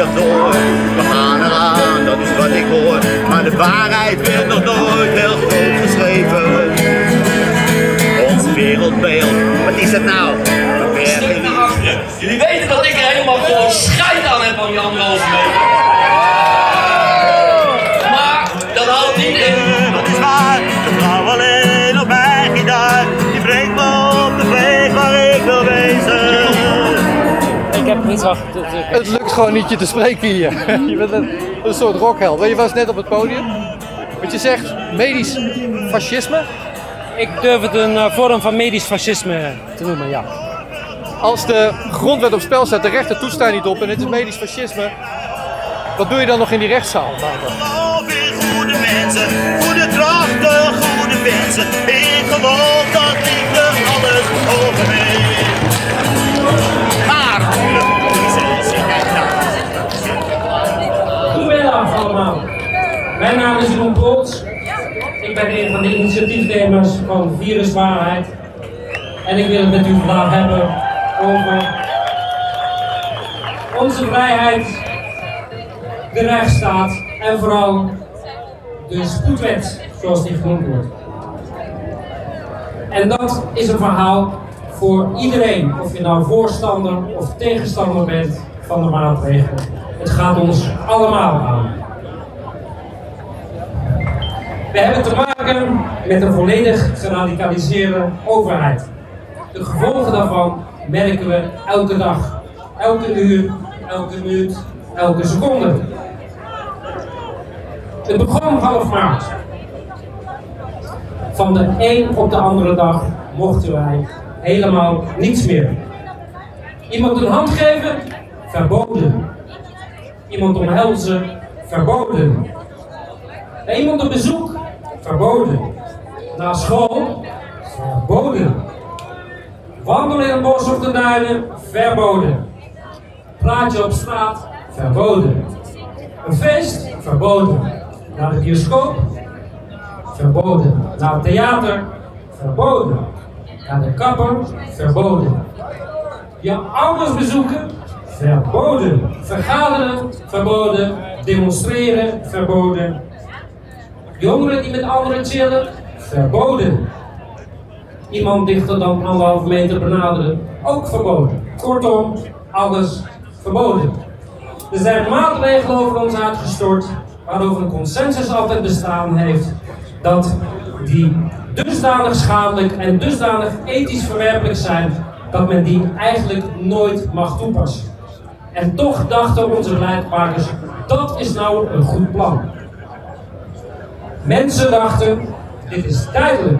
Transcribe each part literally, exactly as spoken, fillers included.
weer door. We gaan eraan, dat is wat ik hoor. Maar de waarheid werd nog nooit heel groot geschreven. Ons wereldbeeld, wat is dat nou? Stuk naar achteren. Jullie weten dat ik er helemaal gewoon scheid aan heb aan die anderhalve meter. Maar dat houdt niet in. Dat is waar, de vrouw alleen op mijn gitaar. Die brengt me op de weg waar ik wil wezen. Ik heb niets af. Het lukt gewoon niet je te spreken hier. Je bent een, een soort rockheld. Je was net op het podium. Wat je zegt, medisch fascisme. Ik durf het een uh, vorm van medisch fascisme te noemen, ja. Als de grondwet op spel staat, de rechter toetst daar niet op en het is medisch fascisme. Wat doe je dan nog in die rechtszaal? Geloof in goede mensen, goede krachten, goede wensen. Ik geloof dat liefde alles overneemt. Maar, Goedemiddag allemaal. Mijn naam is Jeroen Polts. Ik ben een van de initiatiefnemers van Viruswaarheid. En ik wil het met u vandaag hebben over onze vrijheid, de rechtsstaat en vooral de spoedwet, zoals die genoemd wordt. En dat is een verhaal voor iedereen, of je nou voorstander of tegenstander bent van de maatregelen. Het gaat ons allemaal aan. We hebben te maken met een volledig geradicaliseerde overheid. De gevolgen daarvan merken we elke dag, elke uur, elke minuut, elke seconde. Het begon half maart. Van de een op de andere dag mochten wij helemaal niets meer. Iemand een hand geven? Verboden. Iemand omhelzen? Verboden. Bij iemand op bezoek? Verboden. Naar school? Verboden. Wandelen in het bos of de duinen? Verboden. Praatje op straat? Verboden. Een feest? Verboden. Naar de bioscoop? Verboden. Naar het theater? Verboden. Naar de kapper? Verboden. Je ouders bezoeken? Verboden. Vergaderen? Verboden. Demonstreren? Verboden. Jongeren die met anderen chillen? Verboden. Iemand dichter dan anderhalve meter benaderen? Ook verboden. Kortom, alles verboden. Er zijn maatregelen over ons uitgestort, waarover een consensus altijd bestaan heeft, dat die dusdanig schadelijk en dusdanig ethisch verwerpelijk zijn, dat men die eigenlijk nooit mag toepassen. En toch dachten onze beleidmakers, dat is nou een goed plan. Mensen dachten, dit is tijdelijk.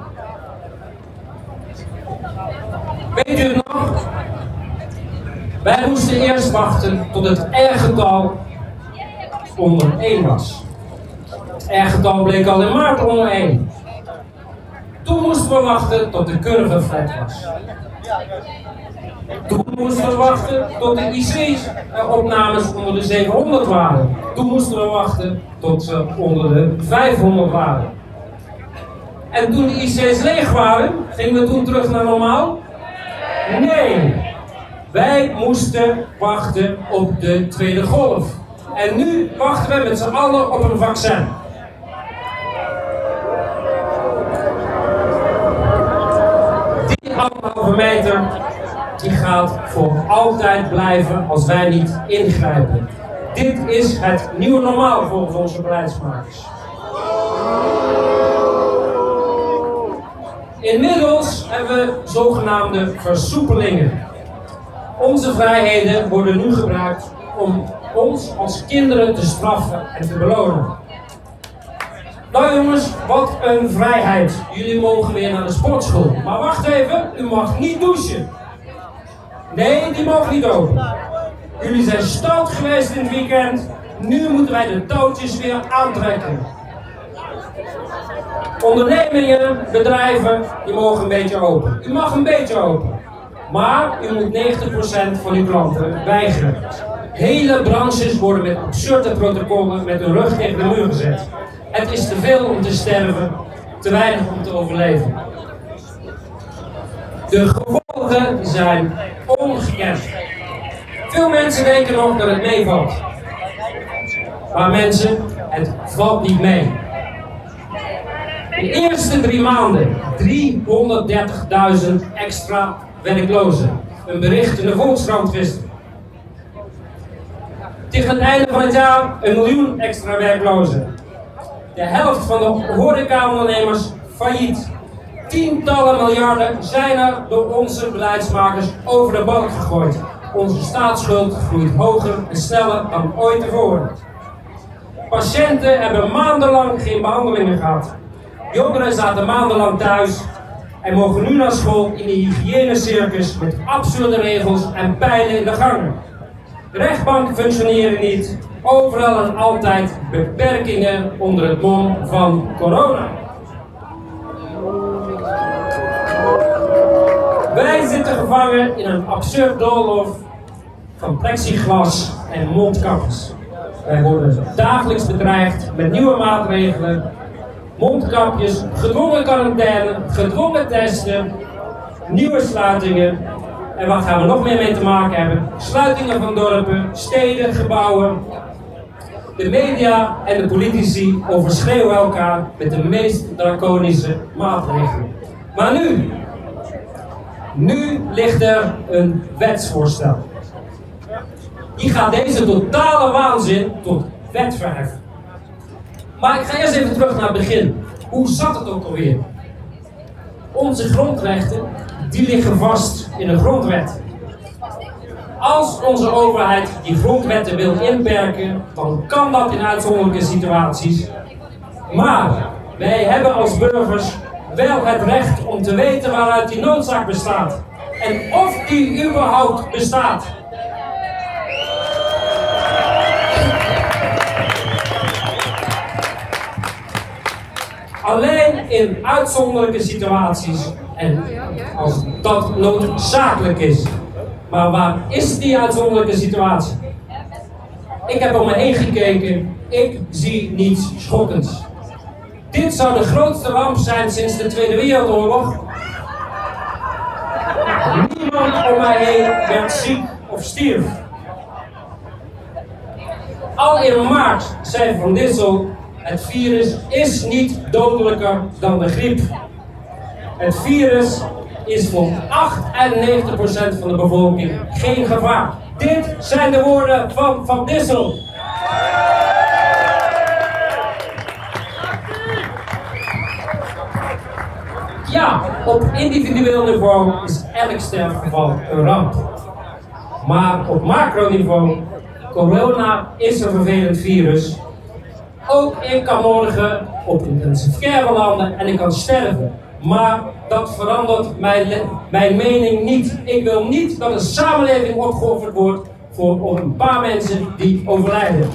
Weet u het nog? Wij moesten eerst wachten tot het R-getal onder één was. Het R-getal bleek al in maart onder één. Toen moesten we wachten tot de curve flat was. Toen moesten we wachten tot de I C-opnames onder de zevenhonderd waren. Toen moesten we wachten tot ze onder de vijfhonderd waren. En toen de I C's leeg waren, gingen we toen terug naar normaal? Nee! Wij moesten wachten op de tweede golf. En nu wachten we met z'n allen op een vaccin. Die anderhalve meter, die gaat voor altijd blijven als wij niet ingrijpen. Dit is het nieuwe normaal volgens onze beleidsmakers. Inmiddels hebben we zogenaamde versoepelingen. Onze vrijheden worden nu gebruikt om ons als kinderen te straffen en te belonen. Nou jongens, wat een vrijheid. Jullie mogen weer naar de sportschool. Maar wacht even, u mag niet douchen. Nee, die mogen niet open. Jullie zijn stout geweest in het weekend. Nu moeten wij de touwtjes weer aantrekken. Ondernemingen, bedrijven, die mogen een beetje open. U mag een beetje open. Maar u moet negentig procent van uw klanten weigeren. Hele branches worden met absurde protocollen met hun rug tegen de muur gezet. Het is te veel om te sterven, te weinig om te overleven. De gevolgen zijn ongekend. Veel mensen denken nog dat het meevalt. Maar mensen, het valt niet mee. De eerste drie maanden driehonderddertigduizend extra werklozen. Een bericht in de Volkskrant gisteren. Tegen het einde van het jaar een miljoen extra werklozen. De helft van de horecaondernemers failliet. Tientallen miljarden zijn er door onze beleidsmakers over de balk gegooid. Onze staatsschuld groeit hoger en sneller dan ooit tevoren. Patiënten hebben maandenlang geen behandelingen gehad. Jongeren zaten maandenlang thuis en mogen nu naar school in de hygiënecircus met absurde regels en pijlen in de gangen. De rechtbanken functioneren niet. Overal en altijd beperkingen onder het mom van corona. Wij zitten gevangen in een absurd doolhof van plexiglas en mondkapjes. Wij worden dagelijks bedreigd met nieuwe maatregelen, mondkapjes, gedwongen quarantaine, gedwongen testen, nieuwe sluitingen. En wat gaan we nog meer mee te maken hebben? Sluitingen van dorpen, steden, gebouwen. De media en de politici overschreeuwen elkaar met de meest draconische maatregelen. Maar nu, nu ligt er een wetsvoorstel. Die gaat deze totale waanzin tot wet verheffen. Maar ik ga eerst even terug naar het begin. Hoe zat het ook alweer? Onze grondrechten, die liggen vast in de grondwet. Als onze overheid die grondwetten wil inperken, dan kan dat in uitzonderlijke situaties. Maar wij hebben als burgers wel het recht om te weten waaruit die noodzaak bestaat. En of die überhaupt bestaat. Alleen in uitzonderlijke situaties en als dat noodzakelijk is. Maar waar is die uitzonderlijke situatie? Ik heb om me heen gekeken, ik zie niets schokkends. Dit zou de grootste ramp zijn sinds de Tweede Wereldoorlog. Niemand om mij heen werd ziek of stierf. Al in maart zei Van Dissel: het virus is niet dodelijker dan de griep. Het virus is voor achtennegentig procent van de bevolking geen gevaar. Dit zijn de woorden van Van Dissel. Ja, op individueel niveau is elk sterfgeval een ramp. Maar op macroniveau, corona is een vervelend virus. Ook ik kan morgen op intensive care belanden en ik kan sterven. Maar dat verandert mijn, mijn mening niet. Ik wil niet dat een samenleving opgeofferd wordt voor op een paar mensen die overlijden.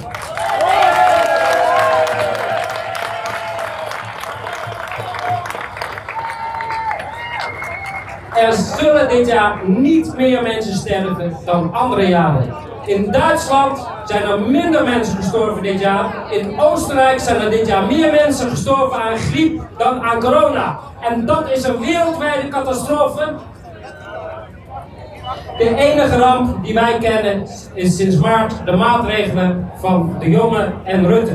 Er zullen dit jaar niet meer mensen sterven dan andere jaren. In Duitsland zijn er minder mensen gestorven dit jaar. In Oostenrijk zijn er dit jaar meer mensen gestorven aan griep dan aan corona. En dat is een wereldwijde catastrofe. De enige ramp die wij kennen is sinds maart de maatregelen van De Jonge en Rutte.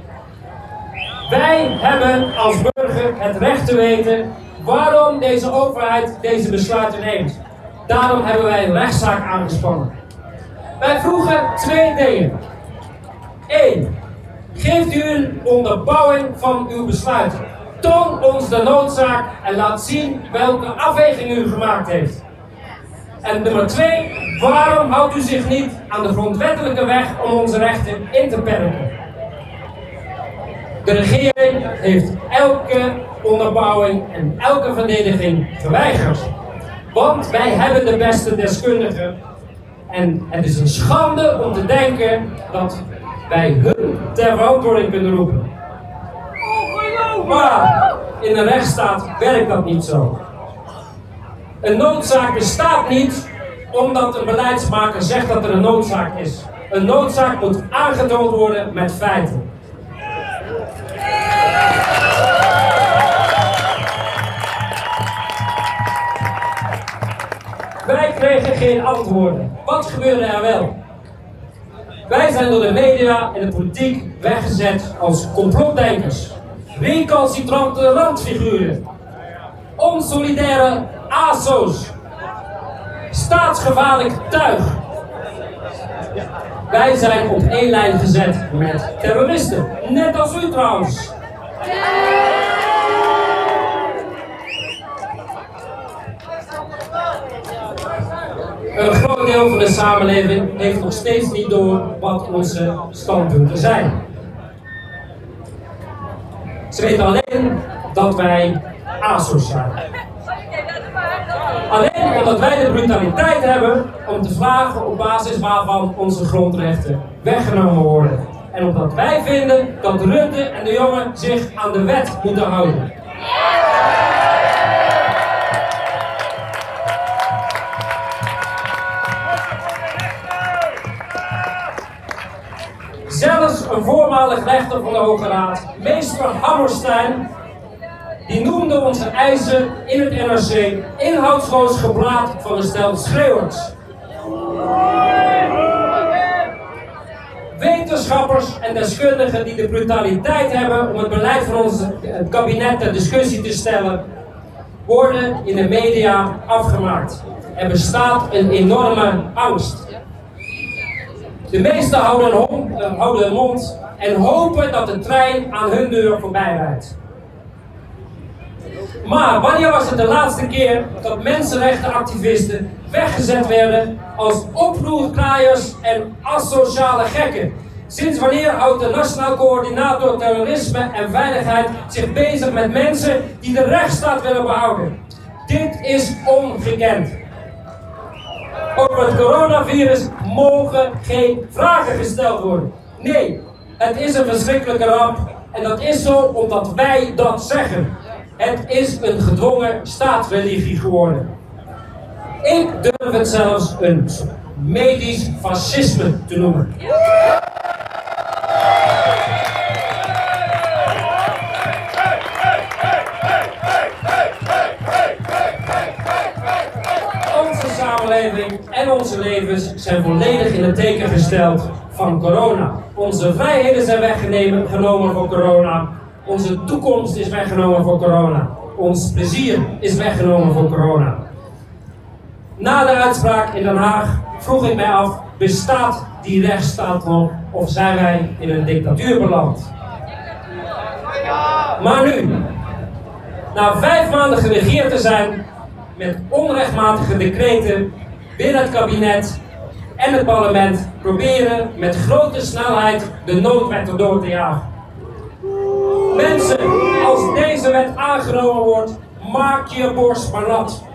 Wij hebben als burger het recht te weten waarom deze overheid deze besluiten neemt. Daarom hebben wij een rechtszaak aangespannen. Wij vroegen twee dingen. Eén. Geeft u een onderbouwing van uw besluit. Toon ons de noodzaak en laat zien welke afweging u gemaakt heeft. En nummer twee. Waarom houdt u zich niet aan de grondwettelijke weg om onze rechten in te perken? De regering heeft elke onderbouwing en elke verdediging geweigerd. Want wij hebben de beste deskundigen. En het is een schande om te denken dat wij hun ter verantwoording kunnen roepen. Maar in een rechtsstaat werkt dat niet zo. Een noodzaak bestaat niet omdat een beleidsmaker zegt dat er een noodzaak is. Een noodzaak moet aangetoond worden met feiten. Wij kregen geen antwoorden. Wat gebeurde er wel? Wij zijn door de media en de politiek weggezet als complotdenkers, recalcitrante randfiguren, onsolidaire A S O's, staatsgevaarlijk tuig. Wij zijn op één lijn gezet met terroristen, net als u trouwens. Een groot deel van de samenleving heeft nog steeds niet door wat onze standpunten zijn. Ze weten alleen dat wij A S O's zijn. Alleen omdat wij de brutaliteit hebben om te vragen op basis waarvan onze grondrechten weggenomen worden. En omdat wij vinden dat Rutte en de jongen zich aan de wet moeten houden. Zelfs een voormalig rechter van de Hoge Raad, meester Hammerstein, die noemde onze eisen in het N R C inhoudsloos gepraat van een stel schreeuwers. Wetenschappers en deskundigen die de brutaliteit hebben om het beleid van ons het kabinet ter discussie te stellen, worden in de media afgemaakt. Er bestaat een enorme angst. De meesten houden hun, hond, uh, houden hun mond en hopen dat de trein aan hun deur voorbij rijdt. Maar wanneer was het de laatste keer dat mensenrechtenactivisten weggezet werden als oproerkraaiers en asociale gekken? Sinds wanneer houdt de Nationaal Coördinator Terrorisme en Veiligheid zich bezig met mensen die de rechtsstaat willen behouden? Dit is ongekend. Over het coronavirus mogen geen vragen gesteld worden. Nee, het is een verschrikkelijke ramp en dat is zo omdat wij dat zeggen. Het is een gedwongen staatsreligie geworden. Ik durf het zelfs een medisch fascisme te noemen. Onze samenleving en onze levens zijn volledig in het teken gesteld van corona. Onze vrijheden zijn weggenomen voor corona. Onze toekomst is weggenomen voor corona. Ons plezier is weggenomen voor corona. Na de uitspraak in Den Haag vroeg ik mij af, bestaat die rechtsstaat nog of zijn wij in een dictatuur beland? Maar nu, na vijf maanden geregeerd te zijn met onrechtmatige decreten binnen het kabinet en het parlement, proberen met grote snelheid de noodwet erdoor te jagen. Mensen, als deze wet aangenomen wordt, maak je borst maar nat.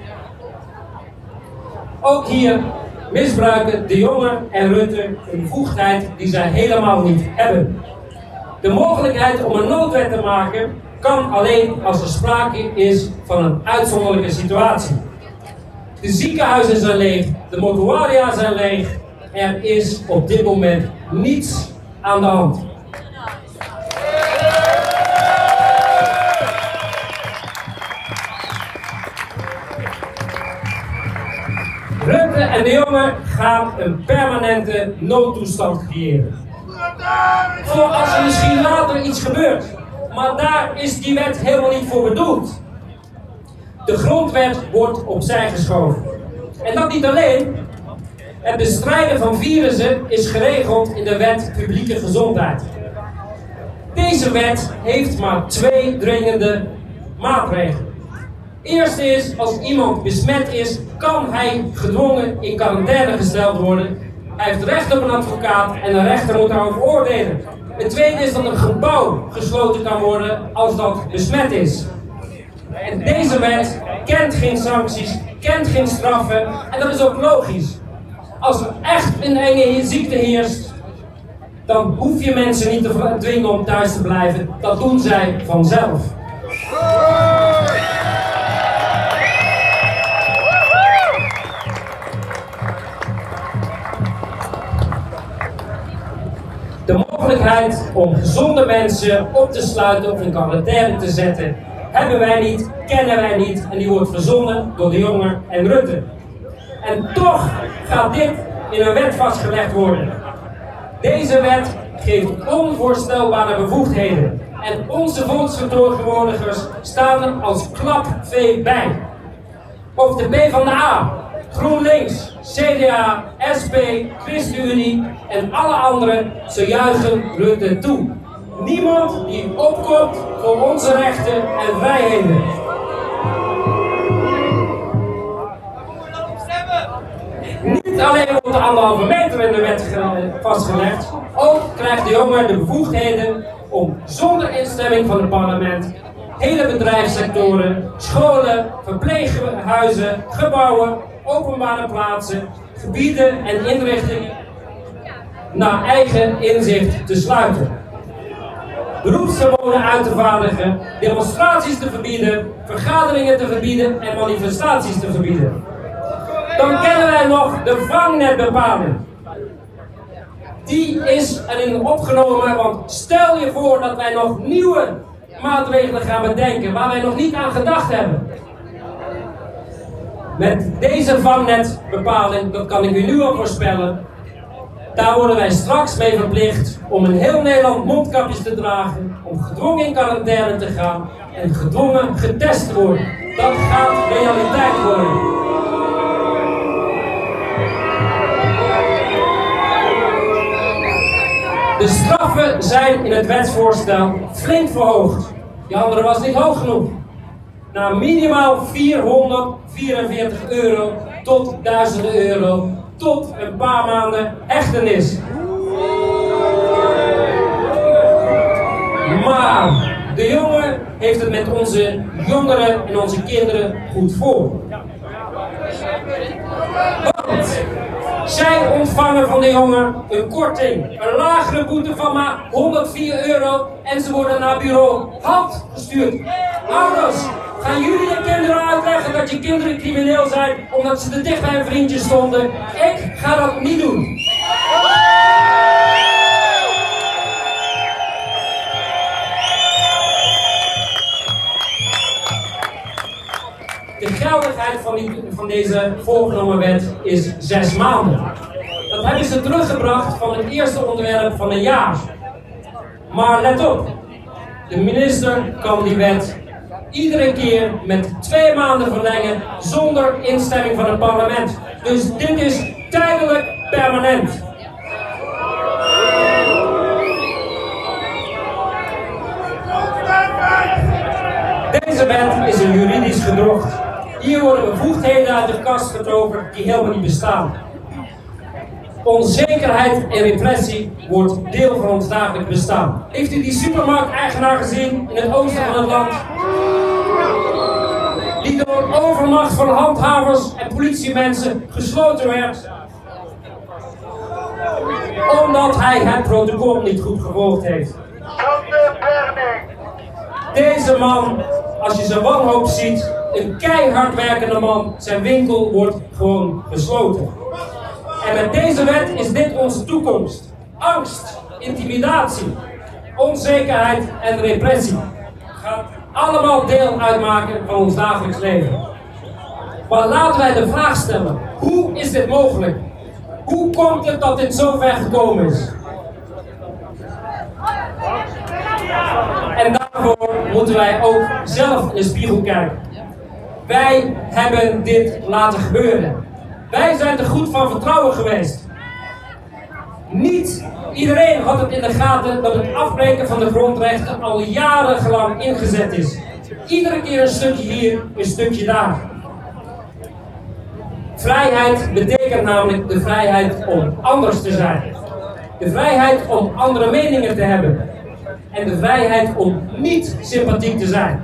Ook hier misbruiken de jongen en Rutte een bevoegdheid die zij helemaal niet hebben. De mogelijkheid om een noodwet te maken kan alleen als er sprake is van een uitzonderlijke situatie. De ziekenhuizen zijn leeg, de mortuaria zijn leeg. Er is op dit moment niets aan de hand. Rutte en de jongen gaan een permanente noodtoestand creëren. Voor als er misschien later iets gebeurt. Maar daar is die wet helemaal niet voor bedoeld. De grondwet wordt opzij geschoven. En dat niet alleen. Het bestrijden van virussen is geregeld in de wet publieke gezondheid. Deze wet heeft maar twee dringende maatregelen. Eerste is, als iemand besmet is, kan hij gedwongen in quarantaine gesteld worden. Hij heeft recht op een advocaat en een rechter moet daarover oordelen. Het tweede is dat een gebouw gesloten kan worden als dat besmet is. En deze wet kent geen sancties, kent geen straffen en dat is ook logisch. Als er echt een enge ziekte heerst, dan hoef je mensen niet te dwingen om thuis te blijven. Dat doen zij vanzelf. De mogelijkheid om gezonde mensen op te sluiten of in quarantaine te zetten, hebben wij niet, kennen wij niet en die wordt verzonnen door de jongen en Rutte. En toch gaat dit in een wet vastgelegd worden. Deze wet geeft onvoorstelbare bevoegdheden en onze volksvertegenwoordigers staan er als klapvee bij. Of de PvdA, GroenLinks, C D A, S P, ChristenUnie en alle anderen, ze juichen Rutte toe. Niemand die opkomt voor onze rechten en vrijheden. Niet alleen wordt de anderhalve meter in de wet vastgelegd, ook krijgt de jongen de bevoegdheden om zonder instemming van het parlement hele bedrijfssectoren, scholen, verpleeghuizen, gebouwen, openbare plaatsen, gebieden en inrichtingen naar eigen inzicht te sluiten. Beroepsverboden uit te vaardigen, demonstraties te verbieden, vergaderingen te verbieden en manifestaties te verbieden. Dan kennen wij nog de vangnetbepaling. Die is erin opgenomen, want stel je voor dat wij nog nieuwe maatregelen gaan bedenken waar wij nog niet aan gedacht hebben. Met deze vangnetbepaling, dat kan ik u nu al voorspellen, daar worden wij straks mee verplicht om in heel Nederland mondkapjes te dragen, om gedwongen in quarantaine te gaan en gedwongen getest te worden. Dat gaat realiteit worden. De straffen zijn in het wetsvoorstel flink verhoogd. Die andere was niet hoog genoeg. Naar minimaal vierhonderdvierenveertig euro tot duizenden euro tot een paar maanden hechtenis. Maar de jongen heeft het met onze jongeren en onze kinderen goed voor. Want zij ontvangen van de jongen een korting, een lagere boete van maar honderdvier euro en ze worden naar bureau hand gestuurd. Ouders, gaan jullie je kinderen uitleggen dat je kinderen crimineel zijn omdat ze te dicht bij een vriendje stonden? Ik ga dat niet doen. De geldigheid van, die, van deze voorgenomen wet is zes maanden. Dat hebben ze teruggebracht van het eerste onderwerp van een jaar. Maar let op, de minister kan die wet iedere keer met twee maanden verlengen zonder instemming van het parlement. Dus dit is tijdelijk permanent. Deze wet is een juridisch gedrocht. Hier worden bevoegdheden uit de kast getoverd die helemaal niet bestaan. Onzekerheid en repressie wordt deel van ons dagelijks bestaan. Heeft u die supermarkteigenaar gezien in het oosten van het land? Die door overmacht van handhavers en politiemensen gesloten werd. Omdat hij het protocol niet goed gevolgd heeft. Deze man, als je zijn wanhoop ziet, een keihard werkende man, zijn winkel wordt gewoon gesloten. En met deze wet is dit onze toekomst. Angst, intimidatie, onzekerheid en repressie gaat allemaal deel uitmaken van ons dagelijks leven. Maar laten wij de vraag stellen, hoe is dit mogelijk? Hoe komt het dat dit zo ver gekomen is? En daarvoor moeten wij ook zelf in de spiegel kijken. Wij hebben dit laten gebeuren. Wij zijn te goed van vertrouwen geweest. Niet iedereen had het in de gaten dat het afbreken van de grondrechten al jarenlang ingezet is. Iedere keer een stukje hier, een stukje daar. Vrijheid betekent namelijk de vrijheid om anders te zijn. De vrijheid om andere meningen te hebben. En de vrijheid om niet sympathiek te zijn.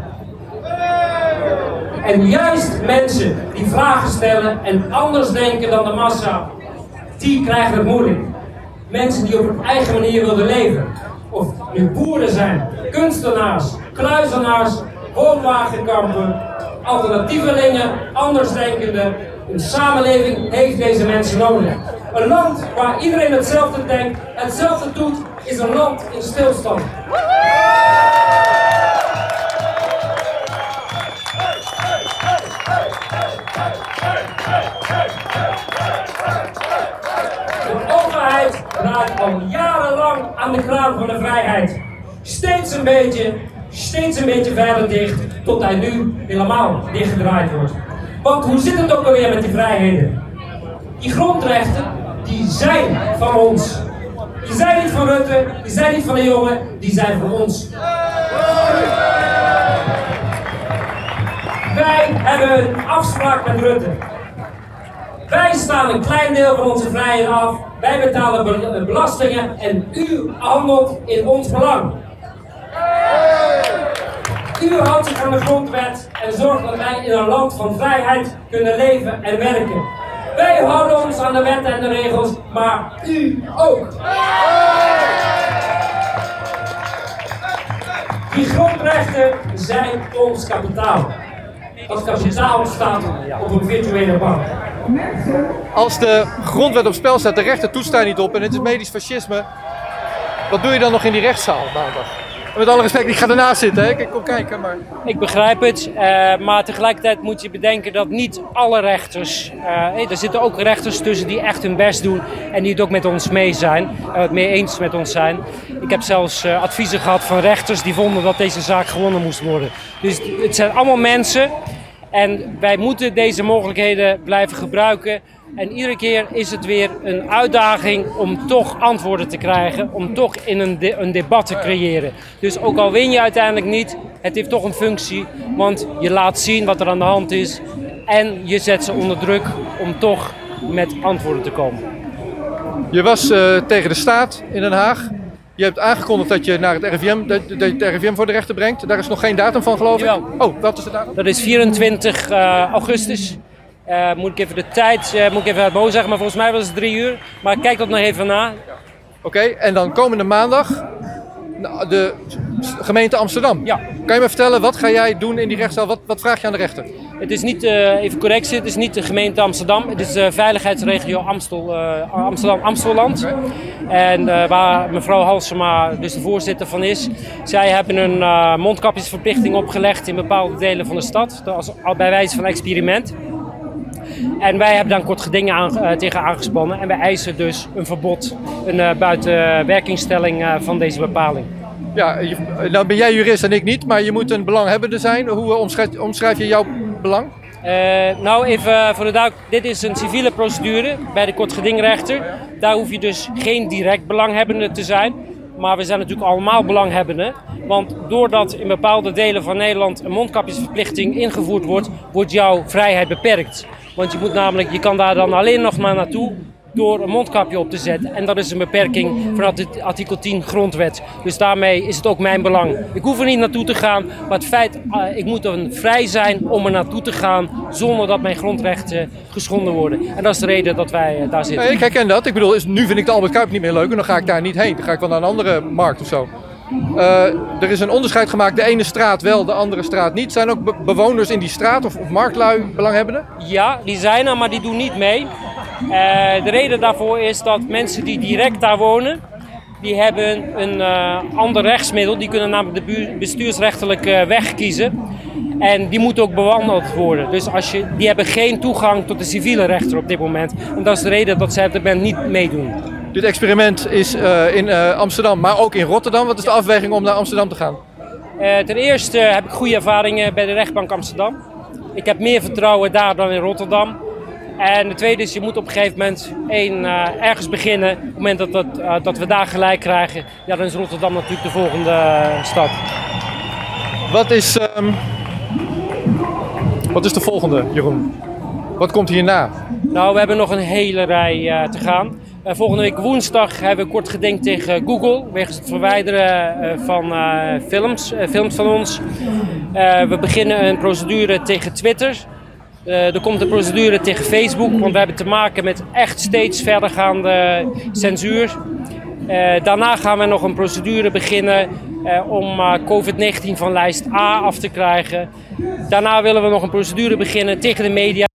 En juist mensen die vragen stellen en anders denken dan de massa, die krijgen het moeilijk. Mensen die op hun eigen manier willen leven. Of nu boeren zijn, kunstenaars, kluizenaars, woonwagenkampen, alternatievelingen, andersdenkenden. Een samenleving heeft deze mensen nodig. Een land waar iedereen hetzelfde denkt, hetzelfde doet, is een land in stilstand. draait al jarenlang aan de kraan van de vrijheid. Steeds een beetje, steeds een beetje verder dicht, tot hij nu helemaal dichtgedraaid wordt. Want hoe zit het ook alweer met die vrijheden? Die grondrechten, die zijn van ons. Die zijn niet van Rutte, die zijn niet van de jongen, die zijn van ons. Wij hebben een afspraak met Rutte. Wij staan een klein deel van onze vrijheden af, wij betalen belastingen en u handelt in ons belang. U houdt zich aan de grondwet en zorgt dat wij in een land van vrijheid kunnen leven en werken. Wij houden ons aan de wetten en de regels, maar u ook. Die grondrechten zijn ons kapitaal. Dat kapitaal staat op een virtuele bank. Als de grondwet op spel staat, de rechter toetst daar niet op en het is medisch fascisme, wat doe je dan nog in die rechtszaal maandag? Met alle respect, ik ga ernaast zitten, hè? Ik kom kijken, maar... Ik begrijp het, uh, maar tegelijkertijd moet je bedenken dat niet alle rechters... Uh, hey, er zitten ook rechters tussen die echt hun best doen en die het ook met ons mee zijn, uh, het mee eens met ons zijn. Ik heb zelfs uh, adviezen gehad van rechters die vonden dat deze zaak gewonnen moest worden. Dus het zijn allemaal mensen en wij moeten deze mogelijkheden blijven gebruiken. En iedere keer is het weer een uitdaging om toch antwoorden te krijgen, om toch in een, de- een debat te creëren. Dus ook al win je uiteindelijk niet, het heeft toch een functie, want je laat zien wat er aan de hand is en je zet ze onder druk om toch met antwoorden te komen. Je was uh, tegen de staat in Den Haag. Je hebt aangekondigd dat je naar het R I V M, dat, dat je het R I V M voor de rechter brengt. Daar is nog geen datum van, geloof ik. Jawel. Oh, wat is de datum? Dat is vierentwintig uh, augustus. Uh, moet ik even de tijd, uh, moet ik even uit mijn hoofd zeggen, maar volgens mij was het drie uur. Maar kijk dat nog even na. Oké, okay, en dan komende maandag de gemeente Amsterdam. Ja. Kan je me vertellen, wat ga jij doen in die rechtszaal? Wat, wat vraag je aan de rechter? Het is niet, uh, even correctie, het is niet de gemeente Amsterdam. Het is de veiligheidsregio Amstel, uh, Amsterdam-Amstelland. En uh, waar mevrouw Halsema dus de voorzitter van is. Zij hebben een uh, mondkapjesverplichting opgelegd in bepaalde delen van de stad. Als, bij wijze van experiment. En wij hebben daar een kort geding aan, uh, tegen aangespannen. En wij eisen dus een verbod, een uh, buitenwerkingstelling uh, van deze bepaling. Ja, je, nou ben jij jurist en ik niet, maar je moet een belanghebbende zijn. Hoe uh, omschrijf, omschrijf je jouw belang? Uh, nou, even voor de duidelijkheid, dit is een civiele procedure bij de kortgedingrechter. Daar hoef je dus geen direct belanghebbende te zijn. Maar we zijn natuurlijk allemaal belanghebbenden. Want doordat in bepaalde delen van Nederland een mondkapjesverplichting ingevoerd wordt, wordt jouw vrijheid beperkt. Want je moet namelijk, je kan daar dan alleen nog maar naartoe door een mondkapje op te zetten. En dat is een beperking van artikel tien grondwet. Dus daarmee is het ook mijn belang. Ik hoef er niet naartoe te gaan, maar het feit, uh, ik moet dan vrij zijn om er naartoe te gaan zonder dat mijn grondrechten geschonden worden. En dat is de reden dat wij uh, daar zitten. Ja, ik herken dat. Ik bedoel, nu vind ik de Albert Kuip niet meer leuk en dan ga ik daar niet heen. Dan ga ik wel naar een andere markt of zo. Uh, er is een onderscheid gemaakt, de ene straat wel, de andere straat niet. Zijn ook be- bewoners in die straat of, of marktlui belanghebbenden? Ja, die zijn er, maar die doen niet mee. Uh, de reden daarvoor is dat mensen die direct daar wonen, die hebben een uh, ander rechtsmiddel. Die kunnen namelijk de bu- bestuursrechtelijke weg kiezen. En die moet ook bewandeld worden. Dus als je, die hebben geen toegang tot de civiele rechter op dit moment. En dat is de reden dat zij op dit moment niet meedoen. Dit experiment is uh, in uh, Amsterdam, maar ook in Rotterdam. Wat is de afweging om naar Amsterdam te gaan? Uh, ten eerste heb ik goede ervaringen bij de rechtbank Amsterdam. Ik heb meer vertrouwen daar dan in Rotterdam. En de tweede is, je moet op een gegeven moment één, uh, ergens beginnen. Op het moment dat, dat, uh, dat we daar gelijk krijgen, ja, dan is Rotterdam natuurlijk de volgende uh, stap. Wat is, um, wat is de volgende, Jeroen? Wat komt hierna? Nou, we hebben nog een hele rij uh, te gaan. Uh, volgende week woensdag hebben we kort geding tegen Google, wegens het verwijderen uh, van uh, films, uh, films van ons. Uh, we beginnen een procedure tegen Twitter. Uh, er komt een procedure tegen Facebook, want we hebben te maken met echt steeds verdergaande censuur. Uh, daarna gaan we nog een procedure beginnen uh, om uh, covid negentien van lijst A af te krijgen. Daarna willen we nog een procedure beginnen tegen de media.